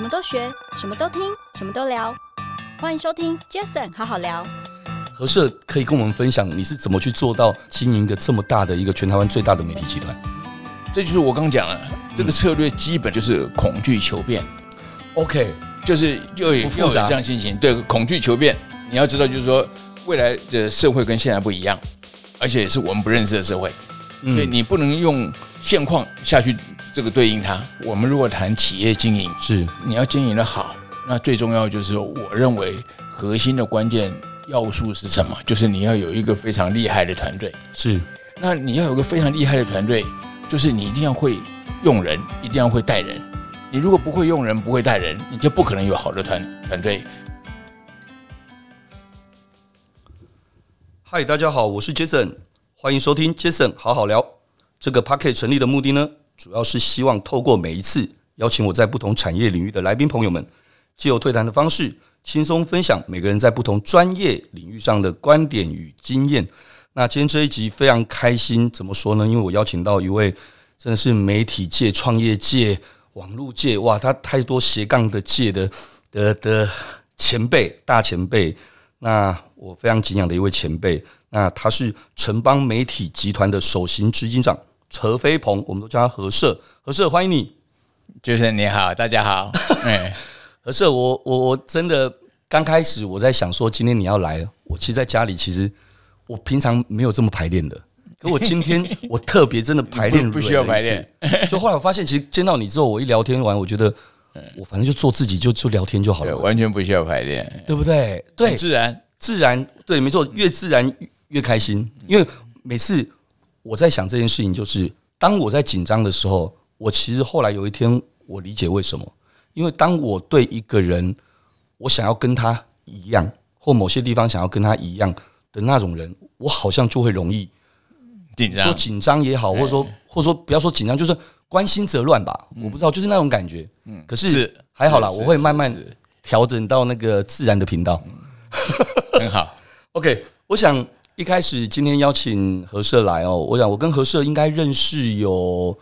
什么都学，什么都听，什么都聊。欢迎收听 Jason 好好聊。 何社可以跟我们分享你是怎么去做到经营一个这么大的一个全台湾最大的媒体集团？ 这就是我刚讲了，这个策略基本就是恐惧求变。 OK， 就是又有这样心情，对，恐惧求变。你要知道，就是说未来的社会跟现在不一样，而且是我们不认识的社会，所以你不能用现况下去这个对应它。我们如果谈企业经营， 是你要经营的好，那最重要就是我认为核心的关键要素是什么？就是你要有一个非常厉害的团队。 是， 那你要有一个非常厉害的团队，就是你一定要会用人，一定要会带人。你如果不会用人，不会带人，你就不可能有好的团队。 嗨，大家好，我是 Jason， 欢迎收听 Jason 好好聊。这个 Podcast 成立的目的呢，主要是希望透过每一次邀请我在不同产业领域的来宾朋友们，藉由对谈的方式，轻松分享每个人在不同专业领域上的观点与经验。那今天这一集非常开心，怎么说呢？因为我邀请到一位真的是媒体界、创业界、网络界，哇，他太多斜杠的界的前辈，大前辈。那我非常敬仰的一位前辈，那他是城邦媒体集团的首席执行长何飞鹏，我们都叫他何社。何社，欢迎你。 就是你好，大家好。 何社，我真的刚开始我在想说，今天你要来，我其实在家里，其实我平常没有这么排练的。可我今天我特别真的排练不需要排练。 就后来我发现，其实见到你之后，我一聊天完，我觉得我反正就做自己，就聊天就好了， 完全不需要排练， 对不对？对，自然，对，没错，越自然越开心。因为每次我在想这件事情，就是当我在紧张的时候，我其实后来有一天我理解为什么，因为当我对一个人，我想要跟他一样，或某些地方想要跟他一样的那种人，我好像就会容易紧张， 说紧张也好，或者说不要说紧张，就是关心则乱吧，我不知道，就是那种感觉。可是还好啦，我会慢慢调整到那个自然的频道。 很好。 OK， 我想一开始今天邀请何社来哦，我想我跟何社应该认识有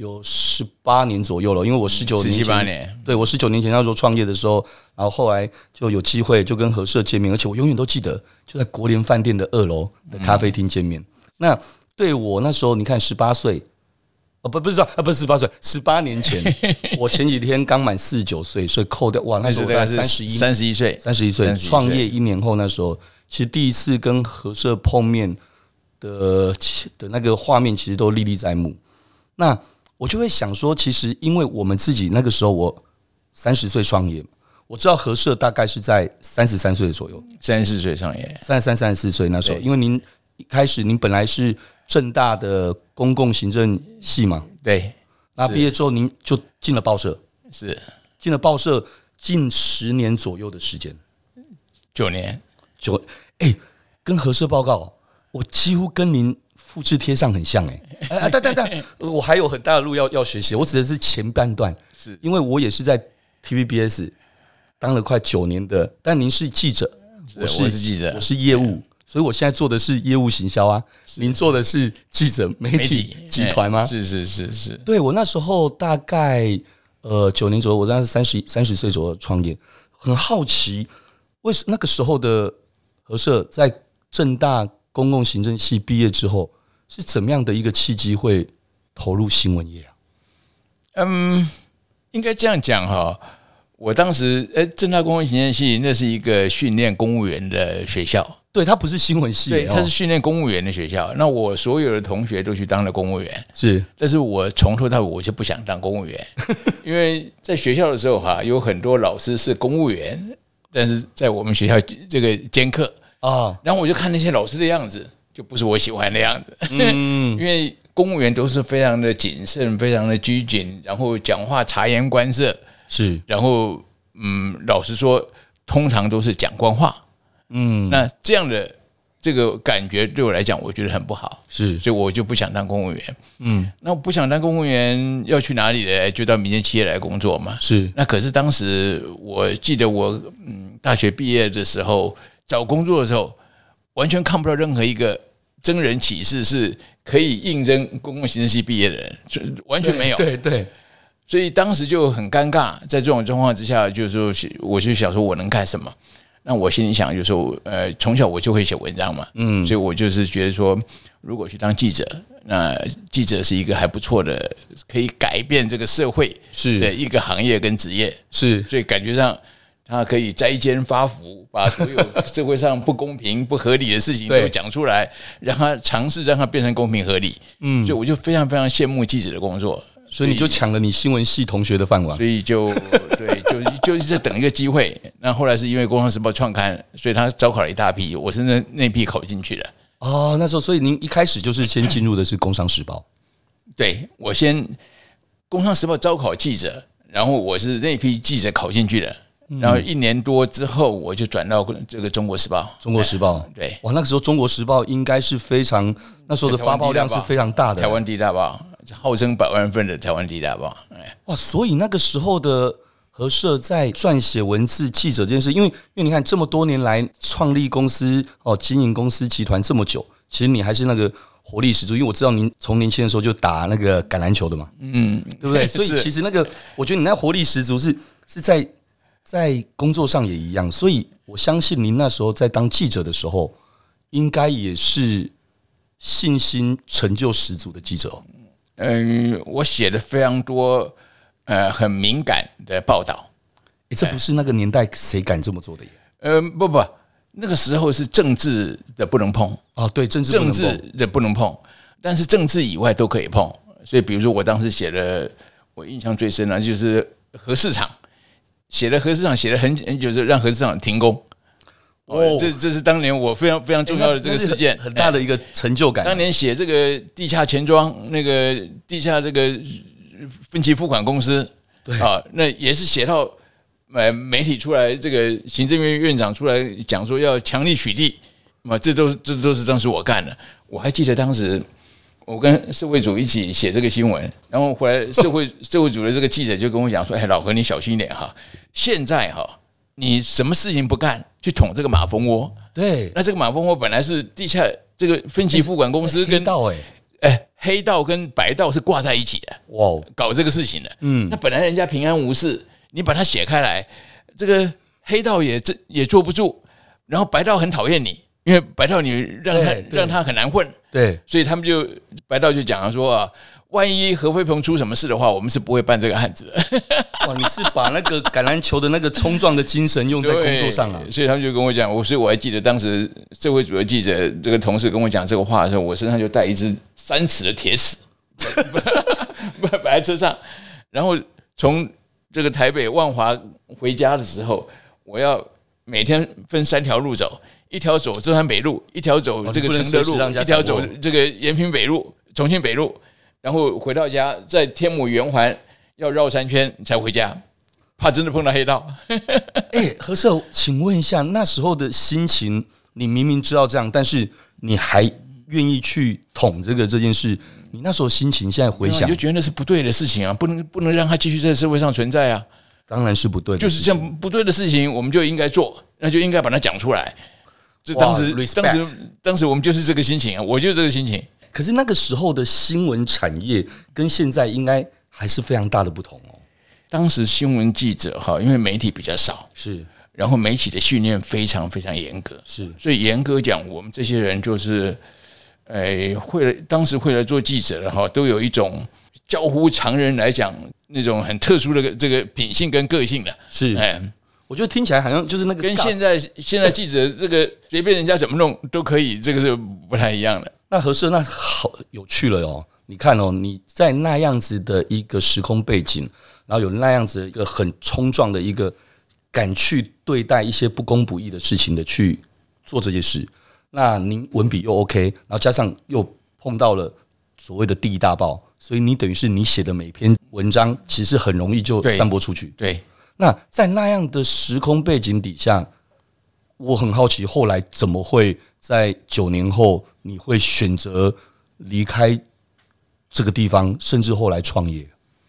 18年左右了，因为我19年前 17、18年， 对，我19年前那时候创业的时候，然后后来就有机会就跟何社见面，而且我永远都记得就在国联饭店的2楼的咖啡厅见面。那对我那时候你看18岁。不是18岁，18年前，我前几天刚满49岁，所以扣掉哇，那时候大概31岁，创业1年后，那时候其实第一次跟何社碰面的那个画面，其实都历历在目。那我就会想说，其实因为我们自己那个时候我30岁创业，我知道何社大概是在33岁左右 ，34岁创业 ，33、34岁那时候，因为您一开始您本来是政大的公共行政系嘛， 对， 那毕业之后您就进了报社， 是进了报社近10年左右的时间 ，9年， 跟何社报告，我几乎跟您复制贴上很像但我还有很大的路要学习，我指的是前半段，是因为我也是在 TVBS 当了快9年的，但您是记者， 我是记者， 我是业务。所以我现在做的是业务行销啊，您做的是记者媒体集团吗？ 是。 对，我那时候大概9年左右，我大概是30岁左右创业。很好奇，为什么那个时候的何社在政大公共行政系毕业之后，是怎么样的一个契机会投入新闻业啊？ 应该这样讲哈。我当时政大公共行政系那是一个训练公务员的学校。 对，它不是新闻系， 对，它是训练公务员的学校。那我所有的同学都去当了公务员， 是， 但是我从头到尾我就不想当公务员，因为在学校的时候有很多老师是公务员，但是在我们学校这个兼课啊，然后我就看那些老师的样子，就不是我喜欢的样子，因为公务员都是非常的谨慎，非常的拘谨，然后讲话察言观色， 是， 然后老实说，通常都是讲官话。那这样的这个感觉对我来讲，我觉得很不好， 是， 所以我就不想当公务员。那我不想当公务员，要去哪里呢？就到民间企业来工作嘛。 是， 那可是当时我记得我大学毕业的时候找工作的时候，完全看不到任何一个征人启事是可以应征公共行政系毕业的人，完全没有。 对。 所以当时就很尴尬。在这种状况之下，就是说，我就想说我能干什么？那我心里想就是说，从小我就会写文章嘛，所以我就是觉得说，如果去当记者，那记者是一个还不错的，可以改变这个社会的一个行业跟职业， 是， 所以感觉上他可以摘奸发福，把所有社会上不公平、不合理的事情都讲出来，让他尝试让它变成公平合理。所以我就非常非常羡慕记者的工作。 所以你就抢了你新闻系同学的饭碗， 所以就一直在等一个机会。那后来是因为《工商时报》创刊，所以他招考了一大批，我是那批考进去的。 哦，那时候所以您一开始就是先进入的是《工商时报》？ 对，我先《工商时报》招考记者，然后我是那批记者考进去的。然后1年多之后，我就转到这个《中国时报》。 中国时报， 对， 哇，那个时候《中国时报》应该是非常，那时候的发报量是非常大的， 台湾第一大报，号称100万份的台湾第一大报。 哇，所以那个时候的何社在撰写文字记者这件事，因为你看这么多年来创立公司经营公司集团这么久，其实你还是那个活力十足。因为我知道您从年轻的时候就打那个橄榄球的嘛，对不对？所以其实那个，我觉得你那活力十足是在工作上也一样。所以我相信您那时候在当记者的时候，应该也是信心成就十足的记者。 我写了非常多很敏感的报道。 这不是那个年代谁敢这么做的耶？ 不，那个时候是政治的不能碰。 对，政治的不能碰，但是政治以外都可以碰。所以比如说我当时写的，我印象最深的就是核市场，写了很久，就是让核市场停工。这是当年我非常非常重要的这个事件， 很大的一个成就感。 当年写这个地下钱庄，那个地下这个分期付款公司， 对那也是写到媒体出来，这个行政院院长出来讲说要强力取缔，这都是当时我干的。我还记得当时我跟社会组一起写这个新闻，然后回来社会组的这个记者就跟我讲说：“老何，你小心一点哈，现在你什么事情不干，去捅这个马蜂窝。 对， 那这个马蜂窝本来是地下这个分期付款公司跟黑道跟白道是挂在一起的，哇，搞这个事情的。那本来人家平安无事，你把它写开来，这个黑道也坐不住，然后白道很讨厌你，因为白道你让他很难混。对，所以他们白道就讲说万一何飞鹏出什么事的话，我们是不会办这个案子的。 哇，你是把那个橄榄球的那个冲撞的精神用在工作上啊？ 所以他们就跟我讲，所以我还记得当时社会组的记者这个同事跟我讲这个话的时候，我身上就带一只3尺的铁尺，摆在车上，然后从这个台北万华回家的时候，我要每天分3条路走，一条走中山北路，一条走这个承德路，一条走这个延平北路、重庆北路。然后回到家，在天母圆环要绕3圈才回家，怕真的碰到黑道。 何社，请问一下，那时候的心情，你明明知道这样，但是你还愿意去捅这件事，你那时候心情现在回想， 你就觉得那是不对的事情啊，不能让它继续在社会上存在啊。 当然是不对的， 就是这样不对的事情，我们就应该做，那就应该把它讲出来。这当时我们就是这个心情啊，我就是这个心情。 可是那个时候的新闻产业跟现在应该还是非常大的不同哦。 当时新闻记者因为媒体比较少， 是， 然后媒体的训练非常非常严格， 是， 所以严格讲，我们这些人就是当时会来做记者的都有一种较乎常人来讲那种很特殊的这个品性跟个性的， 是，我觉得听起来好像就是那个跟现在记者这个随便人家怎么弄都可以，这个是不太一样的。 那何社，那好有趣了哦！你看你在那样子的一个时空背景，然后有那样子的一个很冲撞的一个敢去对待一些不公不义的事情的去做这些事，那您文笔又 OK， 然后加上又碰到了所谓的第一大报，所以你等于是你写的每篇文章其实很容易就散播出去。 对， 那在那样的时空背景底下，我很好奇后来怎么会在9年后你会选择离开这个地方，甚至后来创业？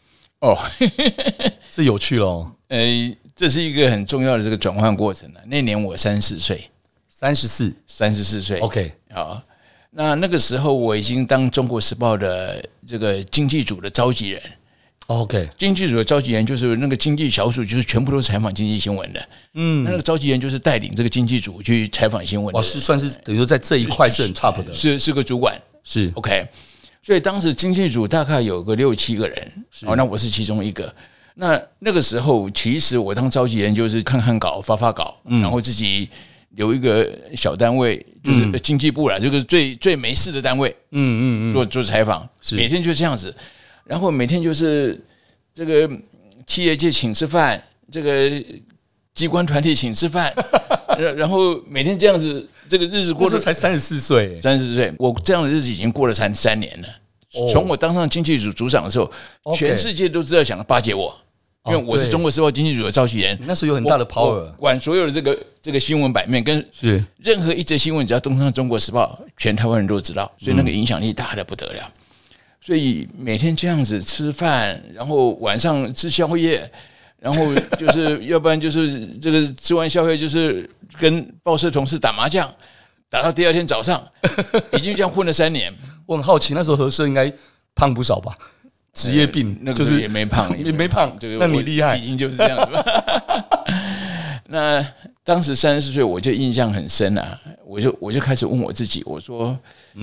这有趣了哦。 这是一个很重要的这个转换过程。那年我34岁，34岁。OK， 那个时候我已经当中国时报的这个经济组的召集人， OK， 经济组的召集人就是那个经济小组，就是全部都是采访经济新闻的。那个召集人就是带领这个经济组去采访新闻的。 是算是等于说在这一块是很 top 的， 是个主管， 是 OK。所以当时经济组大概有个6、7个人，那我是其中一个。那个时候，其实我当召集人就是看稿、发稿，然后自己留一个小单位，就是经济部啦，这个最没事的单位，做采访，每天就这样子，然后每天就是这个企业界请吃饭，这个机关团体请吃饭，然后每天这样子，这个日子过得才34岁 ，34岁，我这样的日子已经过了3年了。从我当上经济组组长的时候，全世界都知道想要巴结我。因为我是中国时报经济组的召集人， 那时候有很大的 power， 管所有的这个新闻版面，跟任何一则新闻只要登上中国时报，全台湾人都知道，所以那个影响力大的不得了。所以每天这样子吃饭，然后晚上吃宵夜，然后就是要不然就是这个吃完宵夜就是跟报社同事打麻将，打到第二天早上，已经这样混了3年。 我很好奇，那时候何社应该胖不少吧？职业病， 那个时候也没胖， 也没胖，那你厉害， 体型就是这样子。那当时34岁，我就印象很深啊，我就开始问我自己，我说，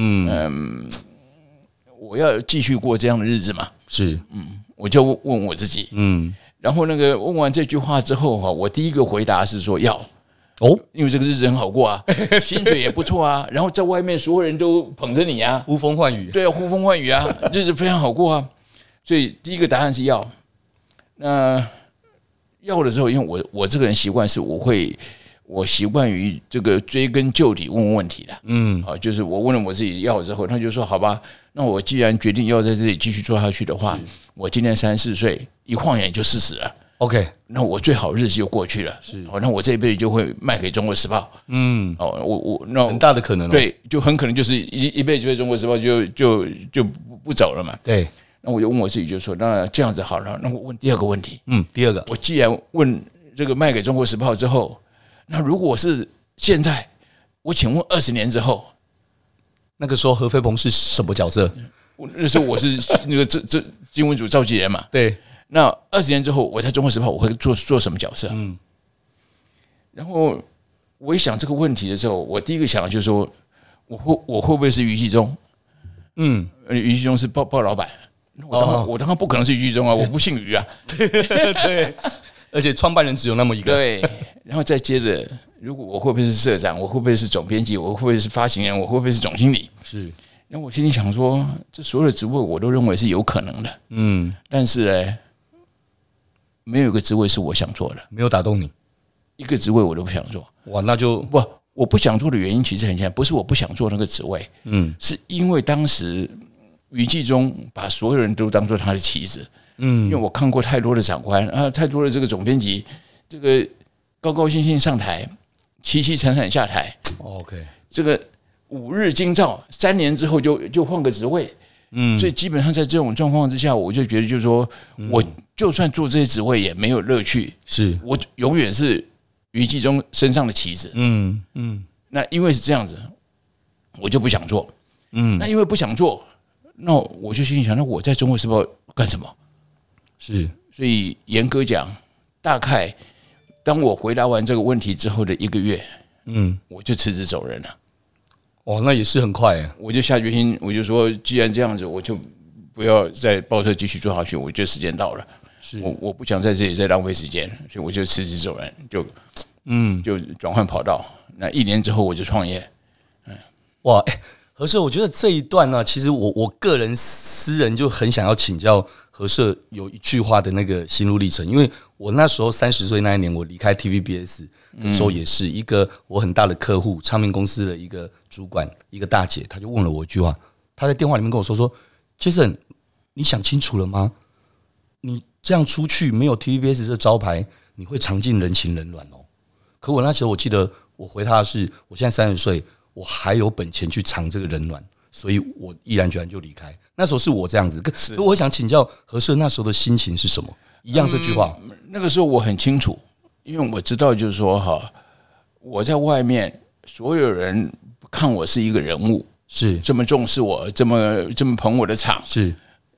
我要继续过这样的日子吗？ 是， 我就问我自己，然后那个问完这句话之后我第一个回答是说要。因为这个日子很好过啊，薪水也不错啊，然后在外面所有人都捧着你啊， 呼风唤雨， 对啊，呼风唤雨啊，日子非常好过啊。所以第一个答案是要。那要的时候，因为我这个人习惯是我习惯于这个追根究底问问题的，就是我问了我自己要之后，他就说好吧，那我既然决定要在这里继续做下去的话，我今年34岁，一晃眼就40了。 OK， 那我最好的日子就过去了，那我这一辈子就会卖给中国时报，我那很大的可能， 对，就很可能就是一辈子被中国时报就不走了嘛， 对。 那我就问我自己，就说那这样子好了，那我问第二个问题， 第二个， 我既然问这个卖给中国时报之后，那如果是现在，我请问20年之后， 那个时候何飞鹏是什么角色？ 那时候我是那个这新闻组召集人嘛， 对。 那20年之后，我在中国时报我会做什么角色？然后我一想这个问题的时候，我第一个想的就是说，我会不会是余纪忠？余纪忠是报老板，我当然不可能是余纪忠啊，我不姓余啊。 对，而且创办人只有那么一个。 对，然后再接着，如果我会不会是社长？我会不会是总编辑？我会不会是发行人？我会不会是总经理？ 是。 然后我心里想说，这所有的职位我都认为是有可能的。但是呢，没有一个职位是我想做的， 没有打动你， 一个职位我都不想做。 哇，那就我不想做的原因其实很简单，不是我不想做那个职位，是因为当时余纪忠把所有人都当做他的棋子，因为我看过太多的长官啊，太多的这个总编辑，这个高高兴兴上台，凄凄惨惨下台。 OK， 这个5日京兆，3年之后就换个职位。所以基本上在这种状况之下，我就觉得就是说，我就算做这些职位也没有乐趣， 是我永远是余纪忠身上的棋子。那因为是这样子，我就不想做。那因为不想做，那我就心里想，那我在中国时报干什么？ 是， 所以严格讲，大概当我回答完这个问题之后的1个月，我就辞职走人了。 哇，那也是很快耶！ 我就下决心，我就说，既然这样子，我就不要在报社继续做下去。我觉得时间到了，我不想在这里再浪费时间，所以我就辞职走人，就转换跑道。那1年之后我就创业。 哇，何社，我觉得这一段呢，其实我个人私人就很想要请教何社有一句话的那个心路历程，因为我那时候30岁那一年，我离开 TVBS 的时候，也是一个我很大的客户，唱片公司的一个主管，一个大姐，她就问了我一句话，她在电话里面跟我说：“Jason， 你想清楚了吗？你这样出去没有 TVBS 这招牌，你会尝尽人情冷暖哦。”可我那时候我记得我回她的是，我现在30岁，我还有本钱去尝这个冷暖，所以我毅然决然就离开。那时候是我这样子，可我想请教何社那时候的心情是什么？一样这句话， 那个时候我很清楚，因为我知道就是说我在外面所有人看我是一个人物， 是这么重视我，这么捧我的场， 是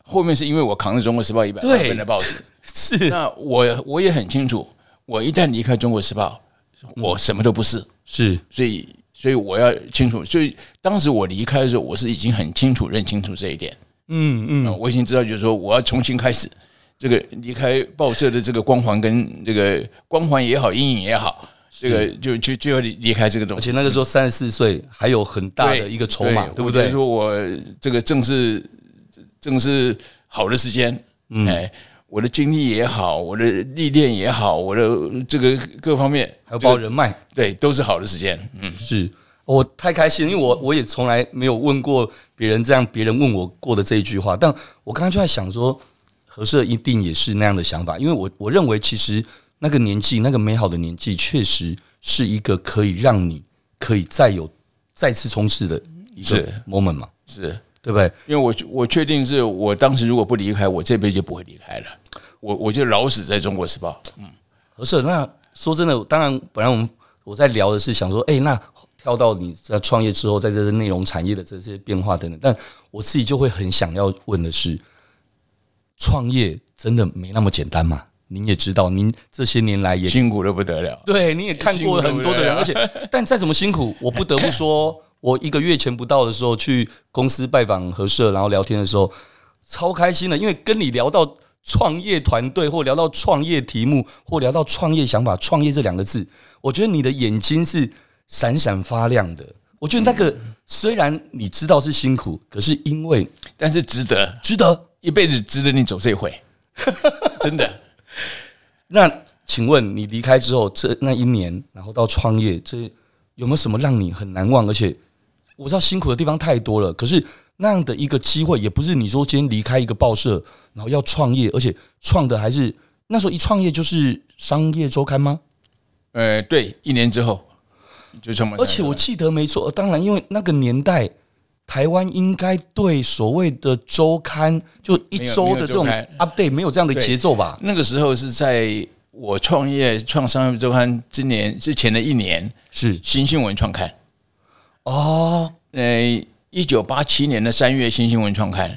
后面是因为我扛着《中国时报》180份的报纸， 是。 那我也很清楚，我一旦离开《中国时报》，我什么都不是， 是， 所以我要清楚。所以当时我离开的时候，我是已经很清楚认清楚这一点。我已经知道，就是说我要重新开始，这个离开报社的这个光环跟这个光环也好，阴影也好。这个就要离开这个东西， 而且那个时候34岁，还有很大的一个筹码，对不对？ 说我这个正是好的时间，我的经历也好，我的历练也好，我的这个各方面， 还有包括人脉， 对，都是好的时间。 是我太开心，因为我也从来没有问过别人这样，别人问我过的这一句话，但我刚刚就在想说，何社一定也是那样的想法，因为我认为其实。那个年纪，那个美好的年纪，确实是一个可以让你可以再次冲刺的一个 moment 嘛， 是对不对？ 因为我确定是我当时如果不离开，我这辈子就不会离开了，我就老死在中国时报。 何社，那说真的，当然，本来我在聊的是想说，那跳到你在创业之后，在这些内容产业的这些变化等等，但我自己就会很想要问的是，创业真的没那么简单嘛？您也知道，您这些年来也辛苦得不得了。 对，你也看过很多的人，而且，但再怎么辛苦，我不得不说，我1个月前不到的时候去公司拜访何社，然后聊天的时候，超开心的，因为跟你聊到创业团队，或聊到创业题目，或聊到创业想法，创业这2个字，我觉得你的眼睛是闪闪发亮的。我觉得那个虽然你知道是辛苦，可是但是值得，一辈子值得你走这回，真的。那请问你离开之后，那1年，然后到创业，这有没有什么让你很难忘？而且我知道辛苦的地方太多了，可是那样的一个机会，也不是你说今天离开一个报社，然后要创业，而且创的还是那时候一创业就是商业周刊吗？ 对，1年之后就创办。 而且我记得没错，当然因为那个年代。台湾应该对所谓的周刊，就一周的这种 update 没有这样的节奏吧？ 那个时候是在我创商业周刊之前的1年，是新新闻创刊。1987年的3月新新闻创刊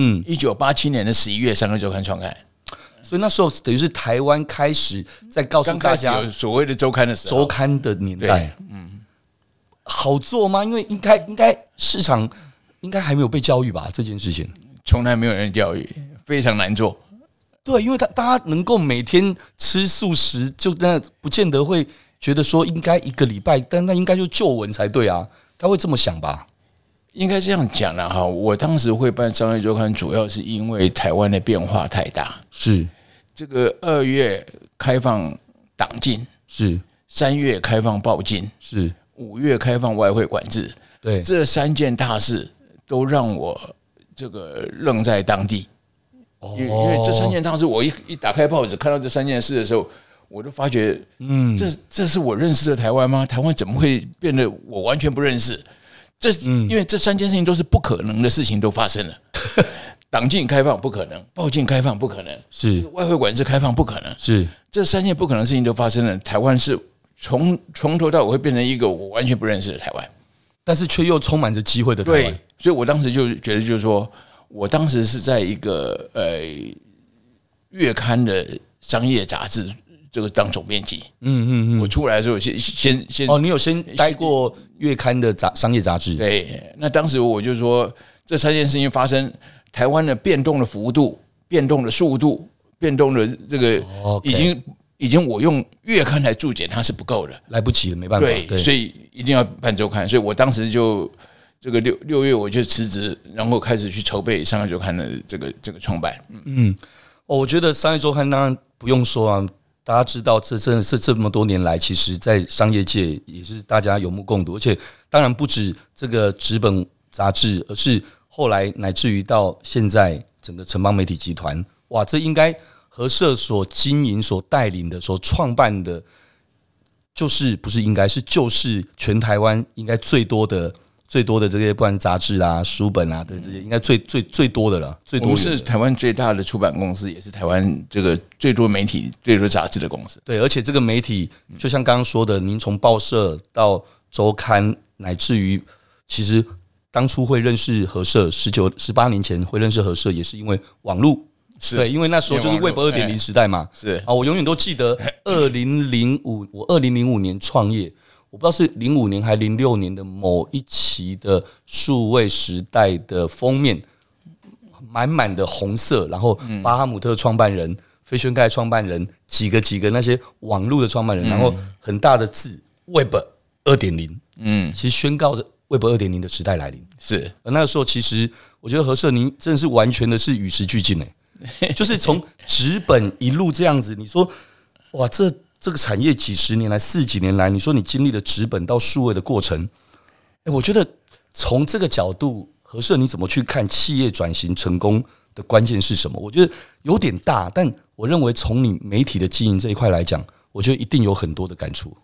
，1987年的11月商业周刊创刊。 所以那时候等于是台湾开始在告诉大家有所谓的周刊的时候， 周刊的年代。好做吗？因为应该市场应该还没有被教育吧，这件事情从来没有人教育，非常难做。 对，因为大家能够每天吃素食，就那不见得会觉得说应该1个礼拜，但那应该就旧闻才对啊，他会这么想吧？ 应该这样讲了哈。我当时会办商业周刊，主要是因为台湾的变化太大， 是这个2月开放党禁， 是 3月开放报禁， 是。 5月开放外汇管制， 对， 这3件大事都让我这个愣在当地。因为这3件大事，我一打开报纸看到这3件事的时候，我都发觉，这是我认识的台湾吗？台湾怎么会变得我完全不认识？因为这3件事情都是不可能的事情都发生了。党禁开放不可能，报禁开放不可能， 是外汇管制开放不可能， 是这 3件不可能的事情都发生了。台湾是。从头到尾会变成一个我完全不认识的台湾， 但是却又充满着机会的台湾。 对，所以我当时就觉得，就是说我当时是在一个月刊的商业杂志这个当总编辑。我出来的时候先你有先待过月刊的商业杂志？ 对，那当时我就说这3件事情发生，台湾的变动的幅度、变动的速度、变动的这个已经我用月刊来注解它是不够的， 来不及了，没办法。 对，所以一定要办周刊。所以我当时就这个6月我就辞职，然后开始去筹备商业周刊的这个创办。 我觉得商业周刊当然不用说啊，大家知道这真的是这么多年来，其实在商业界也是大家有目共睹，而且当然不止这个纸本杂志，而是后来乃至于到现在整个城邦媒体集团，哇，这应该。何社所经营、所带领的、所创办的，就是不是应该是就是全台湾应该最多的这些，不管杂志啊、书本啊的这些，应该最多的了。最多我们是台湾最大的出版公司，也是台湾这个最多媒体、最多杂志的公司。 对，而且这个媒体就像刚刚说的，您从报社到周刊，乃至于其实当初会认识和社18年前会认识和社，也是因为网络。对，因为那时候就是 Web 2.0 时代嘛。 是啊，我永远都记得我2005年创业，我不知道是05年还06年的某一期的数位时代的封面，满满的红色，然后巴哈姆特创办人、飞轩盖创办人几个那些网络的创办人，然后很大的字 Web 2.0，其实宣告着 Web 2.0 的时代来临。 是， 而那个时候其实我觉得和社您真的是完全的是与时俱进就是从纸本一路这样子，你说哇，这个产业几十年来40几年来，你说你经历了纸本到数位的过程，我觉得从这个角度，和社你怎么去看企业转型成功的关键是什么？我觉得有点大，但我认为从你媒体的经营这一块来讲，我觉得一定有很多的感触。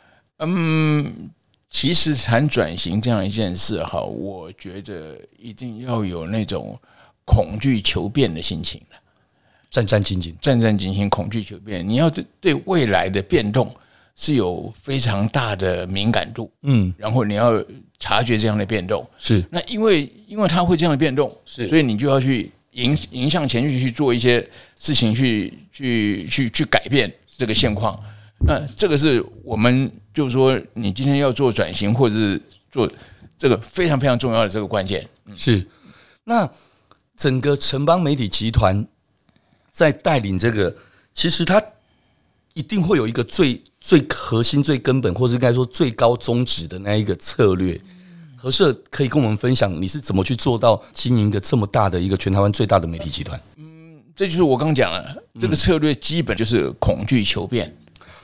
其实谈转型这样一件事哈，我觉得一定要有那种恐惧求变的心情， 战战兢兢， 恐惧求变。你要对未来的变动是有非常大的敏感度，然后你要察觉这样的变动。 是， 那因为它会这样的变动， 是， 所以你就要去迎向前去做一些事情，去改变这个现况。那这个是我们就是说，你今天要做转型，或者是做这个非常非常重要的这个关键。 是，那整个城邦媒体集团在带领这个，其实它一定会有一个最核心、最根本，或者应该说最高宗旨的那一个策略。和社可以跟我们分享，你是怎么去做到经营一个这么大的一个全台湾最大的媒体集团？ 这就是我刚刚讲了，这个策略基本就是恐惧求变。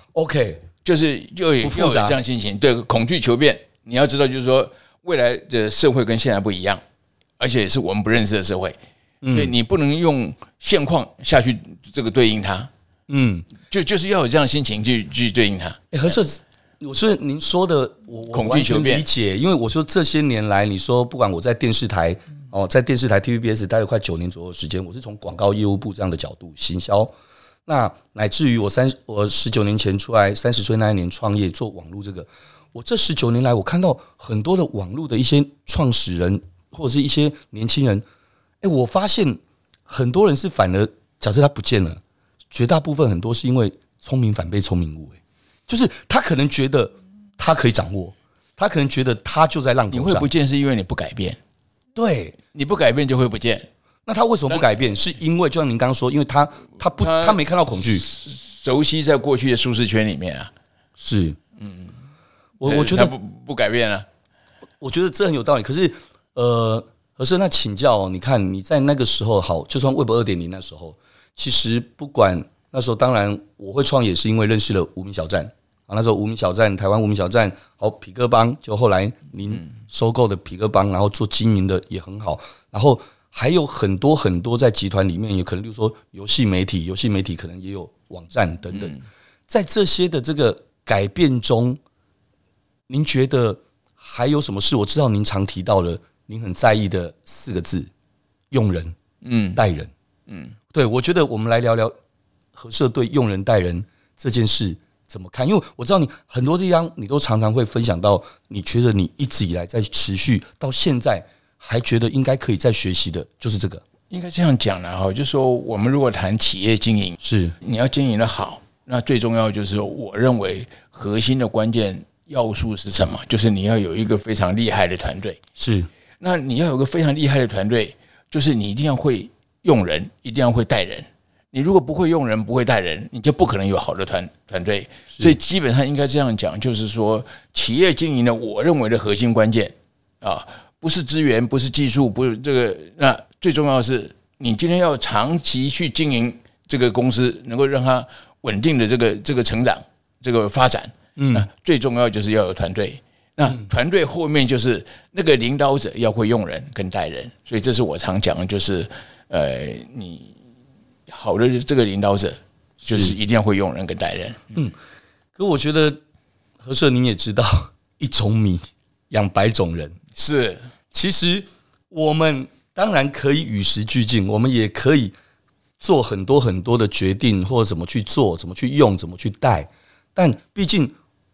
OK， 就是要有这样心情，对，恐惧求变。你要知道，就是说未来的社会跟现在不一样，而且是我们不认识的社会，所以你不能用现况下去这个对应它。就是要有这样的心情去对应它。 和社，我说您说的，我完全理解，因为我说这些年来，你说不管我在电视台在电视台 TVBS 待了快9年左右的时间，我是从广告业务部这样的角度行销。那乃至于我19年前出来，30岁那一年创业做网络这个，我这19年来，我看到很多的网络的一些创始人或者是一些年轻人，我发现很多人是反而假设他不见了，绝大部分很多是因为聪明反被聪明误，就是他可能觉得他可以掌握，他可能觉得他就在浪头上。 你会不见是因为你不改变， 对， 你不改变就会不见。 那他为什么不改变？是因为就像您刚刚说，因为他没看到恐惧， 熟悉在过去的舒适圈里面啊。 是，我觉得他不改变啊。 我觉得这很有道理。可是，和社，那请教你看你在那个时候，好，就算 Web 2.0那时候，其实不管那时候，当然我会创业是因为认识了无名小站啊。那时候无名小站，台湾无名小站，好，痞哥帮，就后来您收购的痞哥帮，然后做经营的也很好，然后。还有很多很多在集团里面，有可能例如说游戏媒体可能也有网站等等。在这些的这个改变中，您觉得还有什么事？我知道您常提到了您很在意的4个字：用人，带人。对，我觉得我们来聊聊和社对用人带人这件事怎么看？因为我知道你很多地方你都常常会分享到，你觉得你一直以来在持续到现在。还觉得应该可以再学习的，就是这个。 应该这样讲了哈，就是说我们如果谈企业经营， 是你要经营的好，那最重要就是我认为核心的关键要素是什么？就是你要有一个非常厉害的团队。 是， 那你要有个非常厉害的团队，就是你一定要会用人，一定要会带人。你如果不会用人，不会带人，你就不可能有好的团队。所以基本上应该这样讲，就是说企业经营的，我认为的核心关键啊。不是资源，不是技术，不是这个，那最重要的是，你今天要长期去经营这个公司，能够让它稳定的这个成长、这个发展。那最重要就是要有团队。那团队后面就是那个领导者要会用人跟带人，所以这是我常讲的，就是你好的这个领导者，就是一定要会用人跟带人。 可我觉得和社您也知道，一种米养100种人。 是， 其实我们当然可以与时俱进，我们也可以做很多很多的决定，或者怎么去做，怎么去用，怎么去带。但毕竟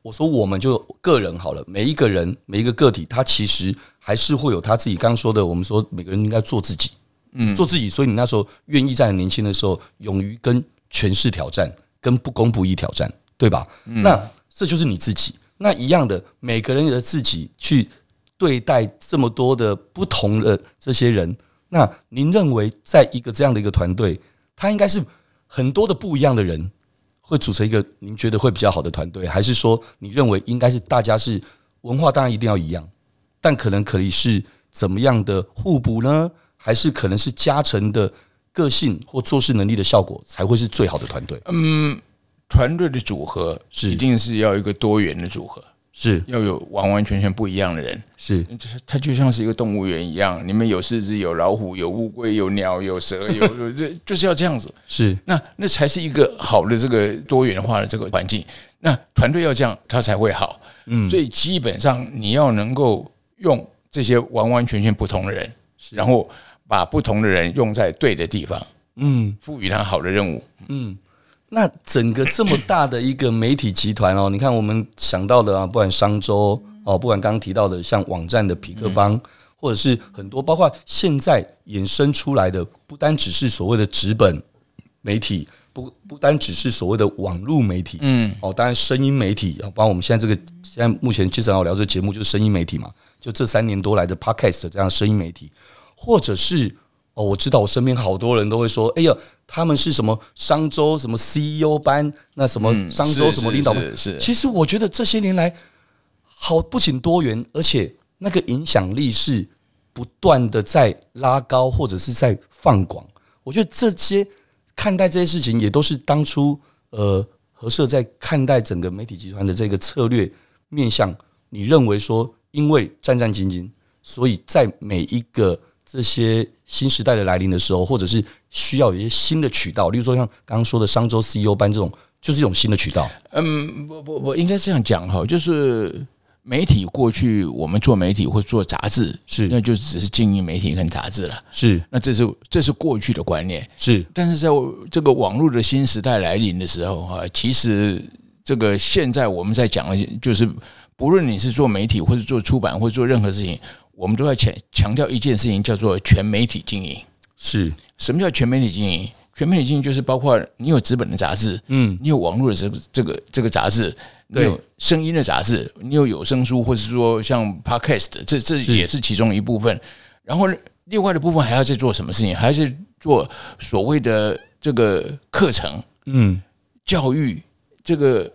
我说我们就个人好了，每一个人每一个个体，他其实还是会有他自己刚刚说的，我们说每个人应该做自己，做自己。所以你那时候愿意在很年轻的时候，勇于跟权势挑战，跟不公不义挑战，对吧？那这就是你自己。那一样的，每个人的自己去对待这么多的不同的这些人，那您认为在一个这样的一个团队，他应该是很多的不一样的人会组成一个您觉得会比较好的团队，还是说你认为应该是大家是文化当然一定要一样，但可能可以是怎么样的互补呢？还是可能是加成的个性或做事能力的效果才会是最好的团队？ 团队的组合一定是要一个多元的组合，是要有完完全全不一样的人，是它就像是一个动物园一样，里面有狮子、有老虎、有乌龟、有鸟、有蛇，就是要这样子。是那才是一个好的这个多元化的这个环境。那团队要这样，它才会好。所以基本上你要能够用这些完完全全不同的人，然后把不同的人用在对的地方，赋予他好的任务。 那整个这么大的一个媒体集团哦，你看我们想到的啊，不管商周哦，不管刚刚提到的像网站的痞客邦，或者是很多包括现在衍生出来的，不单只是所谓的纸本媒体，不单只是所谓的网络媒体，当然声音媒体，包括我们现在目前其实要聊这个节目就是声音媒体嘛，就这3年多来的 podcast 这样声音媒体，或者是我知道我身边好多人都会说，哎呀，他们是什么商周什么 CEO 班，那什么商周什么领导班，其实我觉得这些年来，好不仅多元，而且那个影响力是不断的在拉高，或者是在放广。我觉得这些看待这些事情，也都是当初和社在看待整个媒体集团的这个策略面向。你认为说，因为战战兢兢，所以在每一个这些新时代的来临的时候，或者是需要有一些新的渠道，例如说像刚刚说的商周 CEO 班这种，就是一种新的渠道。 我应该这样讲哈，就是媒体过去我们做媒体或做杂志，是那就只是经营媒体跟杂志了，是那这是过去的观念，是。但是在这个网络的新时代来临的时候哈，其实这个现在我们在讲的就是，不论你是做媒体或是做出版或者做任何事情，我们都要强调一件事情，叫做全媒体经营。是什么叫全媒体经营？全媒体经营就是包括你有纸本的杂志，你有网络的这个杂志，你有声音的杂志，你有有声书，或是说像 podcast， 这也是其中一部分。然后另外的部分还要在做什么事情？还是做所谓的这个课程，教育，这个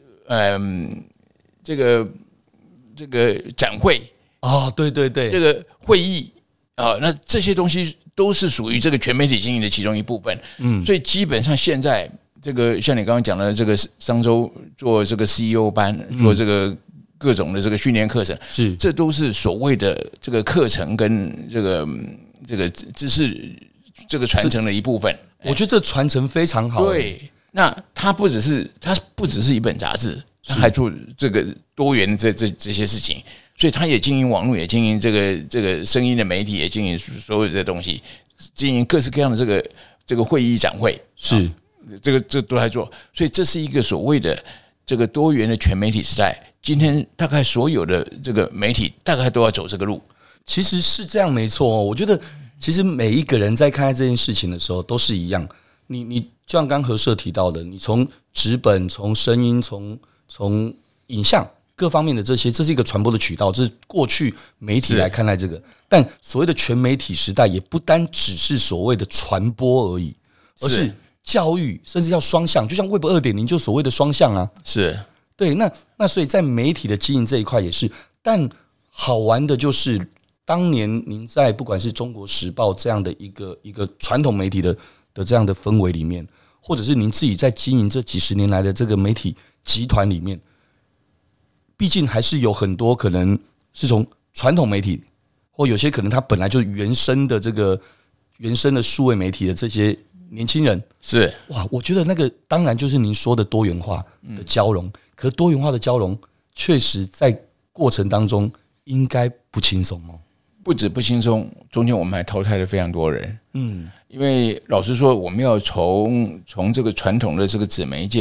展会啊，对对对， 这个会议啊，那这些东西都是属于这个全媒体经营的其中一部分。所以基本上现在这个像你刚刚讲的这个商周做这个 CEO 班，做这个各种的这个训练课程，是这都是所谓的这个课程跟这个知识这个传承的一部分。 我觉得这传承非常好。 对，那它不只是一本杂志，他还做这个多元的这些事情。所以他也经营网络，也经营这个声音的媒体，也经营所有这些东西，经营各式各样的这个会议展会，是这都在做。所以这是一个所谓的这个多元的全媒体时代。今天大概所有的这个媒体大概都要走这个路。 其实是这样，没错。我觉得其实每一个人在看待这件事情的时候都是一样。你就像刚和社提到的，你从纸本、从声音、从影像。各方面的这是一个传播的渠道，这是过去媒体来看待这个。但所谓的全媒体时代，也不单只是所谓的传播而已，而是教育，甚至要双向。就像 Web 2.0 就所谓的双向啊，是对。那所以在媒体的经营这一块也是。但好玩的就是，当年您在不管是中国时报这样的一个传统媒体的这样的氛围里面，或者是您自己在经营这几十年来的这个媒体集团里面。毕竟还是有很多可能是从传统媒体，或有些可能他本来就原生的数位媒体的这些年轻人，是哇，我觉得那个当然就是您说的多元化的交融，可是多元化的交融确实在过程当中应该不轻松哦。 不止不轻松，中间我们还淘汰了非常多人。因为老实说，我们要从这个传统的这个纸媒介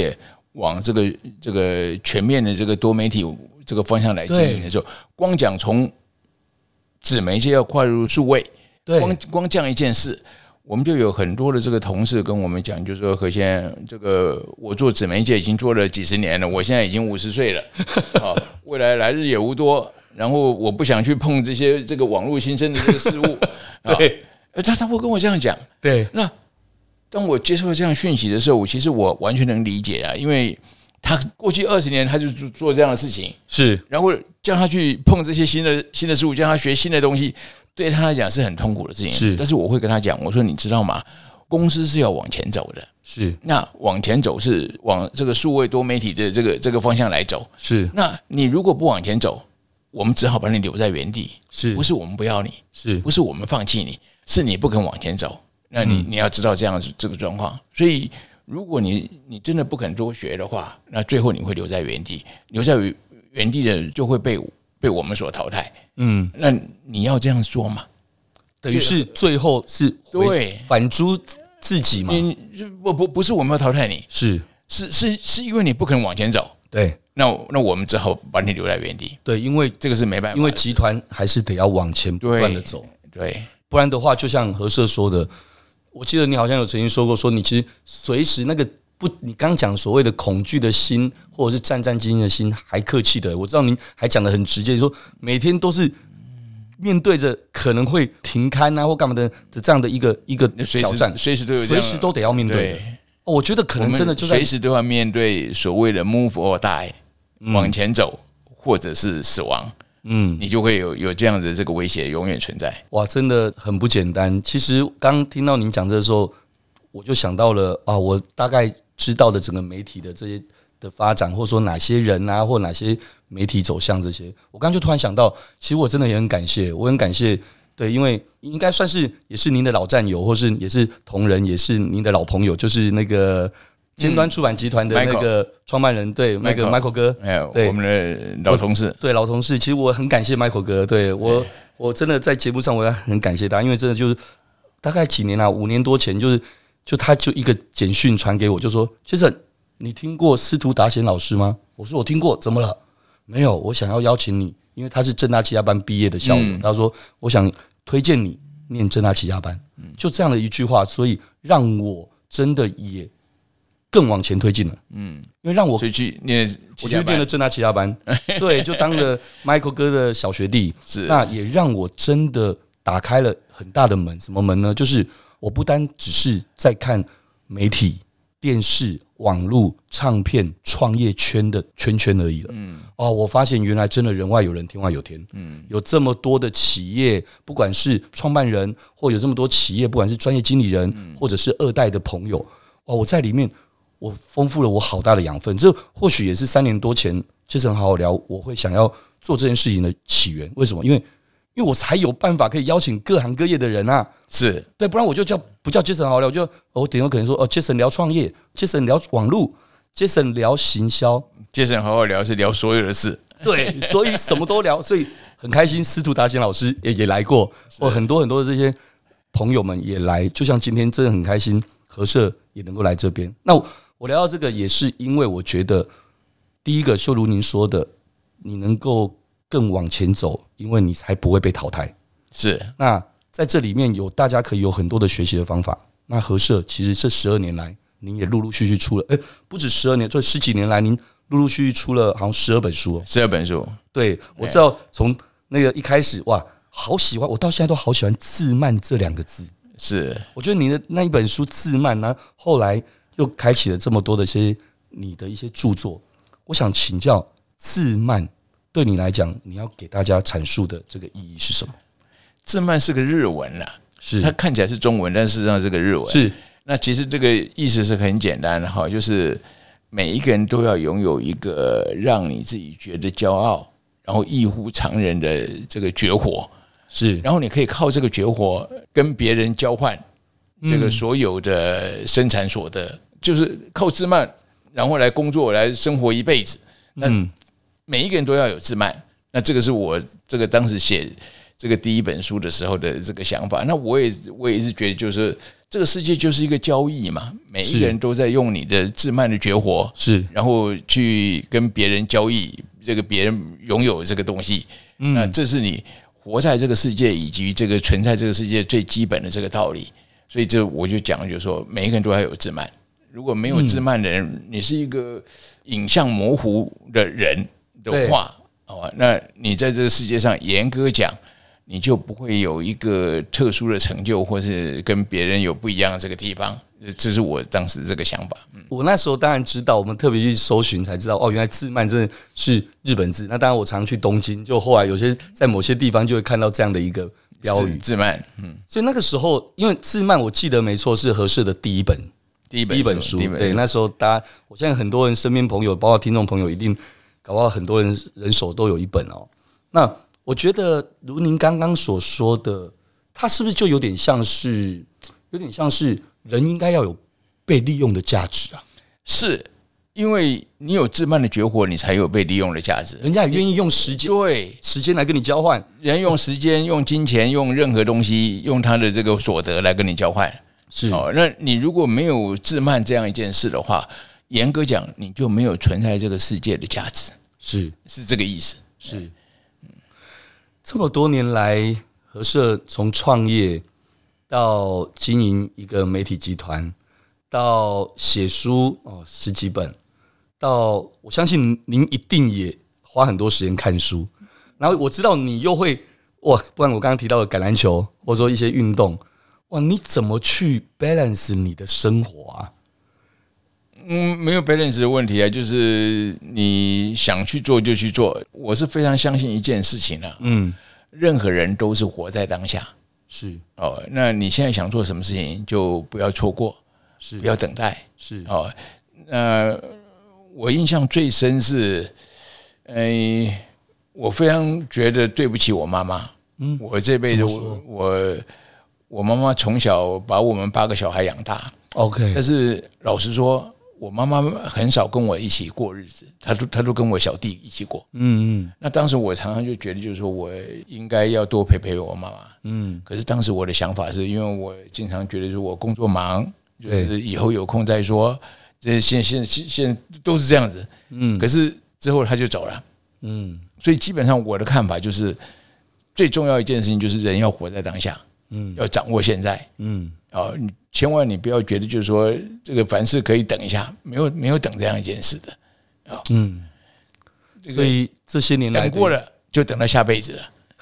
往这个全面的这个多媒体这个方向来经营的时候，光讲从纸媒介要跨入数位，光这样一件事，我们就有很多的这个同事跟我们讲，就是说何先生，这个我做纸媒界已经做了几十年了，我现在已经50岁了，未来日也无多，然后我不想去碰这个网络新生的这个事物。对，他会跟我这样讲。对，那当我接受了这样讯息的时候，其实我完全能理解啊，因为他过去20年他就做这样的事情，是，然后叫他去碰这些新的事物，叫他学新的东西，对他来讲是很痛苦的事情。是，但是我会跟他讲，我说你知道吗？公司是要往前走的，是，那往前走是往这个数位多媒体的这个方向来走，是。那你如果不往前走，我们只好把你留在原地，是，不是我们不要你，是，不是我们放弃你，是你不肯往前走。那你要知道这样这个状况，所以如果你真的不肯多学的话，那最后你会留在原地，留在原地的就会被我们所淘汰。那你要这样做吗？ 等于是最后是对反诸自己嘛？ 不是我们要淘汰你，是因为你不肯往前走。对，那我们只好把你留在原地。 对，因为这个是没办法， 因为集团还是得要往前不断的走。对，不然的话，就像何社说的。我记得你好像有曾经说过，说你其实随时那个你刚讲所谓的恐惧的心，或者是战战兢兢的心，还客气的。我知道您还讲得很直接，说每天都是面对着可能会停刊啊或干嘛的这样的一个挑战， 随时都有， 随时都得要面对的。我觉得可能真的就随时都要面对所谓的 move or die，往前走或者是死亡。你就会有这样的这个威胁永远存在。 哇，真的很不简单。其实刚听到您讲这个时候，我就想到了啊，我大概知道的整个媒体的这些的发展，或者说哪些人啊，或哪些媒体走向这些，我刚就突然想到，其实我真的也很感谢，我很感谢，对，因为应该算是也是您的老战友，或是也是同仁，也是您的老朋友，就是那个。尖端出版集团的那个创办人，对，那个 Michael 哥， 对，我们的老同事， 对，老同事。其实我很感谢 Michael 哥，对我真的在节目上我也很感谢他，因为真的就是大概几年啊，5年多前，就他就一个简讯传给我，就说：“Jason，你听过司徒达贤老师吗？”我说：“我听过，怎么了？”没有，我想要邀请你，因为他是政大企家班毕业的校友，他说：“我想推荐你念政大企家班。”就这样的一句话，所以让我真的也。更往前推进了，因为让我去念了政大企家班，对，就当了 Michael 哥的小学弟，是，那也让我真的打开了很大的门。什么门呢？就是我不单只是在看媒体、电视、网络、唱片、创业圈的圈而已了。我发现原来真的人外有人，天外有天。有这么多的企业，不管是创办人，或有这么多企业，不管是专业经理人，或者是2代的朋友，我在里面。我丰富了我好大的养分，这或许也是3年多前Jason好好聊我会想要做这件事情的起源。为什么？因为我才有办法可以邀请各行各业的人啊，是对，不然我就不叫Jason好好聊，我顶多可能说Jason 聊创业，Jason 聊网络，Jason 聊行销 ，Jason好好聊是聊所有的事， 对，所以什么都聊，所以很开心。司徒达贤老师也来过，很多很多的这些朋友们也来，就像今天真的很开心，何社也能够来这边。那我聊到这个，也是因为我觉得，第一个就如您说的，你能够更往前走，因为你才不会被淘汰。是，那在这里面大家可以有很多的学习的方法。那何社其实这12年来，您也陆陆续续出了，不止12年，这10几年来，您陆陆续续出了好像12本书 ，12本书。 对，我知道从那个一开始，哇，好喜欢，我到现在都好喜欢自慢这2个字。是，我觉得你的那一本书自慢呢，后来。又开启了这么多的你的一些著作，我想请教自慢对你来讲，你要给大家阐述的这个意义是什么？ 自慢是个日文啦，是它看起来是中文，但事实上是个日文。是，那其实这个意思是很简单的哈，就是每一个人都要拥有一个让你自己觉得骄傲，然后异乎常人的这个绝活。是，然后你可以靠这个绝活跟别人交换这个所有的生产所得。就是靠自慢，然后来工作，来生活一辈子。那每一个人都要有自慢。那这个是我这个当时写这个第1本书的时候的这个想法。那我也是觉得，就是这个世界就是一个交易嘛，每一个人都在用你的自慢的绝活， 是， 然后去跟别人交易，这个别人拥有这个东西，那这是你活在这个世界以及这个存在这个世界最基本的这个道理。所以这我就讲，就是说每一个人都要有自慢，如果没有自慢的人，你是一个影像模糊的人的话，那你在这个世界上严格讲，你就不会有一个特殊的成就，或是跟别人有不一样的这个地方。这是我当时这个想法。 我那时候当然知道，我们特别去搜寻才知道，原来自慢真的是日本字。那当然我常去东京，就后来有些在某些地方就会看到这样的一个标语自慢。 所以那个时候，因为自慢我记得没错是和社的第一本书。对，那时候大家，我现在很多人身边朋友，包括听众朋友，一定搞不好很多人手都有一本哦。那我觉得如您刚刚所说的，它是不是就有点像是人应该要有被利用的价值啊？ 是因为你有自慢的绝活，你才有被利用的价值。 人家也愿意用时间来跟你交换， 人用时间、用金钱、用任何东西、用他的这个所得来跟你交换。 是那你如果没有自慢这样一件事的话，严格讲，你就没有存在这个世界的价值。是这个意思。 是。这么多年来，和社从创业到经营一个媒体集团，到写书10几本，到我相信您一定也花很多时间看书。然后我知道你又会不然我刚刚提到的橄榄球，或者说一些运动，你怎么去 balance 你的生活啊？ 没有 balance 的问题啊，就是你想去做就去做。我是非常相信一件事情啊，任何人都是活在当下。 是那你现在想做什么事情，就不要错过，不要等待。 是我印象最深是，我非常觉得对不起我妈妈。我这辈子我妈妈从小把我们8个小孩养大。 OK， 但是老实说，我妈妈很少跟我一起过日子，她都跟我小弟一起过。那当时我常常就觉得，就是说我应该要多陪我妈妈。可是当时我的想法是因为我经常觉得，说我工作忙，就是以后有空再说。这现在都是这样子。可是之后他就走了。所以基本上我的看法就是，最重要一件事情就是人要活在当下。要掌握现在。你千万你不要觉得就是说这个凡事可以等一下，没有等这样一件事的。 所以这些年来等过了就等到下辈子了。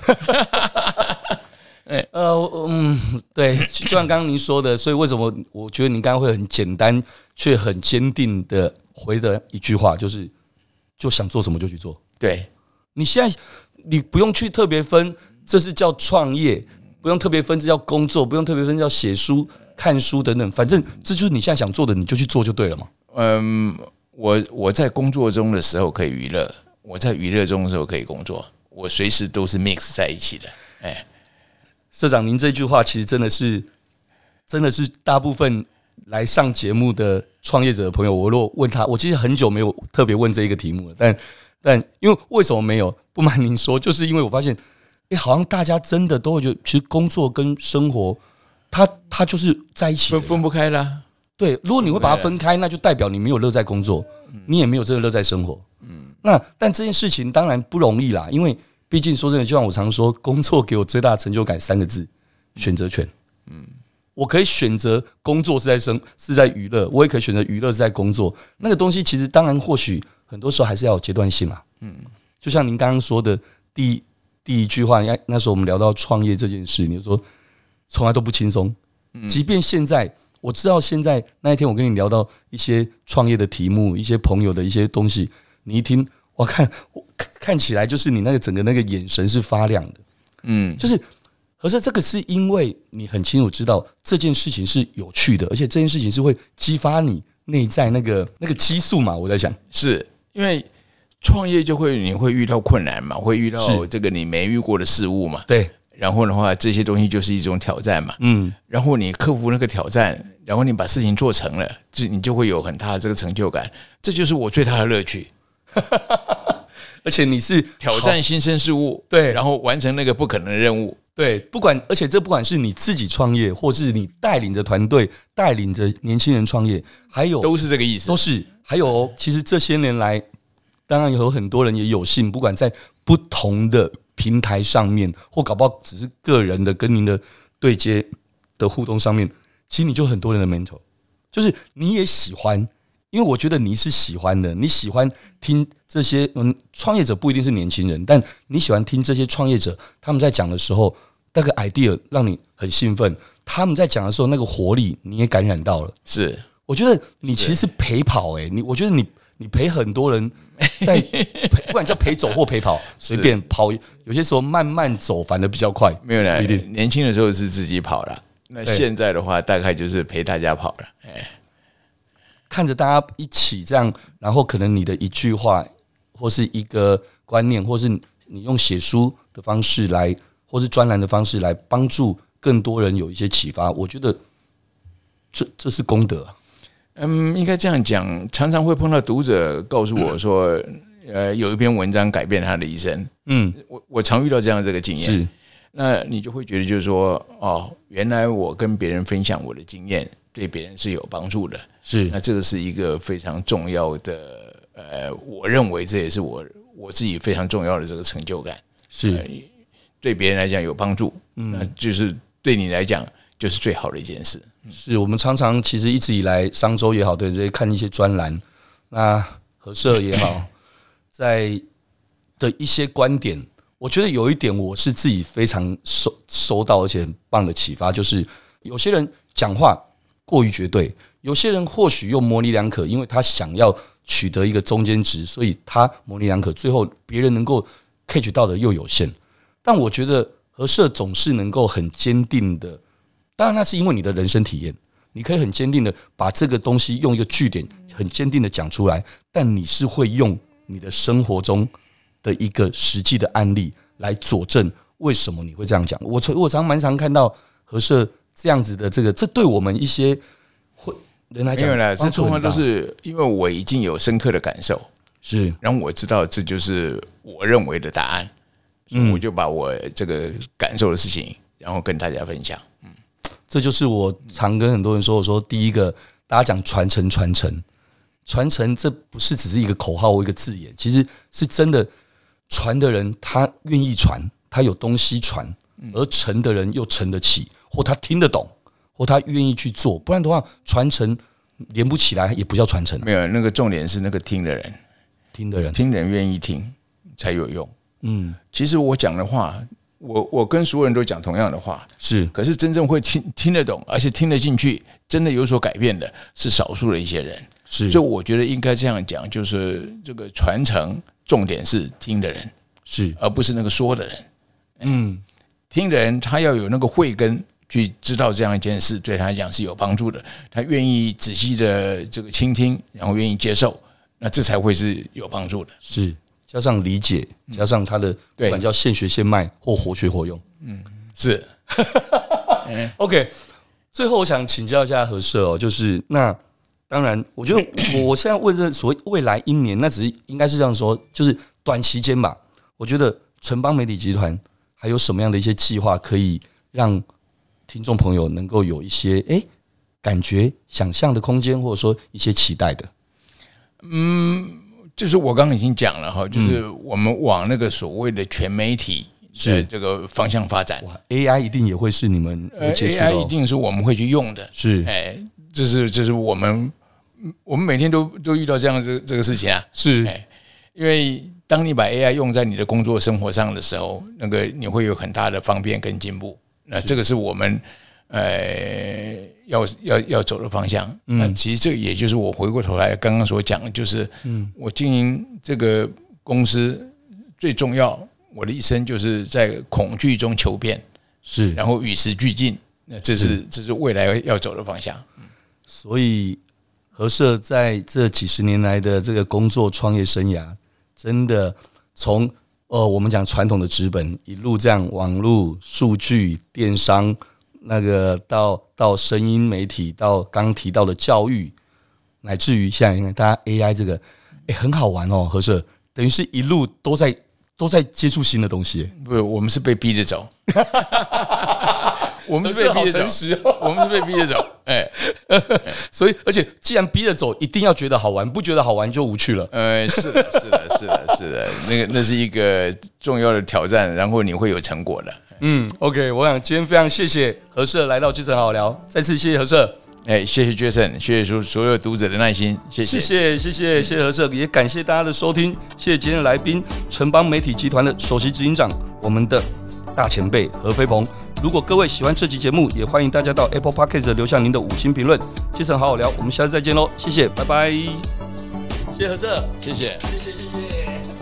对，就像刚刚您说的，所以为什么我觉得您刚刚会很简单却很坚定的回的一句话，就想做什么就去做。 对， 你现在你不用去特别分，这是叫创业，不用特别分这叫工作，不用特别分叫写书、看书等等，反正这就是你现在想做的，你就去做就对了嘛。 我在工作中的时候可以娱乐，我在娱乐中的时候可以工作，我随时都是 mix 在一起的。 社长，您这句话其实真的是大部分来上节目的创业者的朋友，我如果问他，我其实很久没有特别问这一个题目了，但因为为什么没有？不瞒您说，就是因为我发现，好像大家真的都会觉得，其实工作跟生活，它就是在一起的， 分不开啦。 对，如果你会把它分开，那就代表你没有乐在工作，你也没有真的乐在生活。但这件事情当然不容易啦，因为毕竟说真的，就像我常说，工作给我最大的成就感3个字：选择权。我可以选择工作是在娱乐，我也可以选择娱乐是在工作。那个东西其实当然或许很多时候还是要有阶段性嘛。就像您刚刚说的第一句话，那时候我们聊到创业这件事，你就说从来都不轻松。即便现在我知道，现在那一天我跟你聊到一些创业的题目，一些朋友的一些东西，你一听，我看起来就是你那个整个那个眼神是发亮的。就是可是这个是因为你很清楚知道这件事情是有趣的，而且这件事情是会激发你内在那个激素嘛。我在想， 是因为创业你会遇到困难嘛，会遇到这个你没遇过的事物嘛。 对， 然后的话，这些东西就是一种挑战嘛。然后你克服那个挑战，然后你把事情做成了，你就会有很大的这个成就感。这就是我最大的乐趣。 而且你是挑战新生事物， 对， 然后完成那个不可能的任务。 对，而且这不管是你自己创业，或是你带领着团队、带领着年轻人创业，还有都是这个意思， 都是。还有，其实这些年来，当然有很多人也有幸，不管在不同的平台上面，或搞不好只是个人的跟您的对接的互动上面，其实你就很多人的 mentor， 就是你也喜欢。因为我觉得你是喜欢的，你喜欢听这些创业者不一定是年轻人，但你喜欢听这些创业者他们在讲的时候，那个 idea 让你很兴奋，他们在讲的时候那个活力你也感染到了。 是， 我觉得你其实是陪跑我觉得你陪很多人在不管叫陪走或陪跑，随便跑，有些时候慢慢走反而比较快。 没有啦，年轻的时候是自己跑了，那现在的话大概就是陪大家跑了。 看着大家一起这样，然后可能你的一句话，或是一个观念，或是你用写书的方式来，或是专栏的方式来帮助更多人有一些启发，我觉得这是功德。 应该这样讲，常常会碰到读者告诉我说，有一篇文章改变他的一生。我常遇到这样这个经验。是，那你就会觉得就是说，哦，原来我跟别人分享我的经验，对别人是有帮助的。是，那这个是一个非常重要的，我认为这也是我自己非常重要的这个成就感。是，对别人来讲有帮助，那就是对你来讲就是最好的一件事。 是我们常常其实一直以来，商周也好，对这些看一些专栏，那合社也好，在的一些观点，我觉得有一点我是自己非常收到而且很棒的启发，就是有些人讲话过于绝对。有些人或许又模棱两可，因为他想要取得一个中间值，所以他模棱两可，最后别人能够 catch 到的又有限。但我觉得合社总是能够很坚定的，当然那是因为你的人生体验，你可以很坚定的把这个东西用一个句点很坚定的讲出来，但你是会用你的生活中的一个实际的案例来佐证为什么你会这样讲。我蛮常看到合社这样子的这对我们一些人来讲， 没有啦，这通常都是因为我已经有深刻的感受，是，然后我知道这就是我认为的答案，所以我就把我这个感受的事情，然后跟大家分享。 这就是我常跟很多人说，我说第一个，大家讲传承，这不是只是一个口号或一个字眼，其实是真的传的人他愿意传，他有东西传，而承的人又承得起，或他听得懂。或他愿意去做，不然的话，传承连不起来，也不叫传承。 没有，那个重点是那个听的人，听人愿意听才有用。其实我讲的话，我跟所有人都讲同样的话，是，可是真正会听得懂，而且听得进去，真的有所改变的，是少数的一些人。是，所以我觉得应该这样讲，就是这个传承重点是听的人，是，而不是那个说的人。听的人他要有那个慧根。去知道这样一件事对他来讲是有帮助的，他愿意仔细的这个倾听，然后愿意接受，那这才会是有帮助的。 是加上理解，加上他的不管叫现学现卖或活学活用。 是。 OK， 最后我想请教一下合社哦，就是那当然，我觉得我现在问这所谓未来1年，那只是应该是这样说，就是短期间吧。我觉得城邦媒体集团还有什么样的一些计划可以让听众朋友能够有一些感觉、想象的空间，或者说一些期待的。 就是我刚刚已经讲了哈，就是我们往那个所谓的全媒体的这个方向发展。 AI 一定也会是你们接触的 ，AI 一定是我们会去用的。是，这是我们每天都遇到这样这个事情啊。是，因为当你把 AI 用在你的工作生活上的时候，那个你会有很大的方便跟进步。那这个是我们要走的方向。那其实这个也就是我回过头来刚刚所讲的，就是我经营这个公司最重要，我的一生就是在恐惧中求变，是，然后与时俱进。那这是未来要走的方向。 所以合社在这几十年来的这个工作创业生涯，真的从我们讲传统的纸本，一路这样网络、数据、电商，那个到声音媒体，到刚提到的教育，乃至于现在大家 AI 这个，很好玩哦。合社等于是一路都都在接触新的东西。 不，我们是被逼着走。我们是被逼着走，我们是被逼着走， 所以而且既然逼着走，一定要觉得好玩，不觉得好玩就无趣了。 是的，那是一个重要的挑战，然后你会有成果的。 OK， 我想今天非常谢谢何社来到基层好好聊，再次谢谢何社。 谢谢 Jason， 谢谢所有读者的耐心，谢谢何社，也感谢大家的收听，谢谢今天的来宾，城邦媒体集团的首席执行长，我们的大前辈何飞鹏。如果各位喜欢这期节目，也欢迎大家到 Apple Podcast 留下您的5星评论。基层好好聊，我们下次再见喽，谢谢，拜拜。谢谢何社， 谢谢。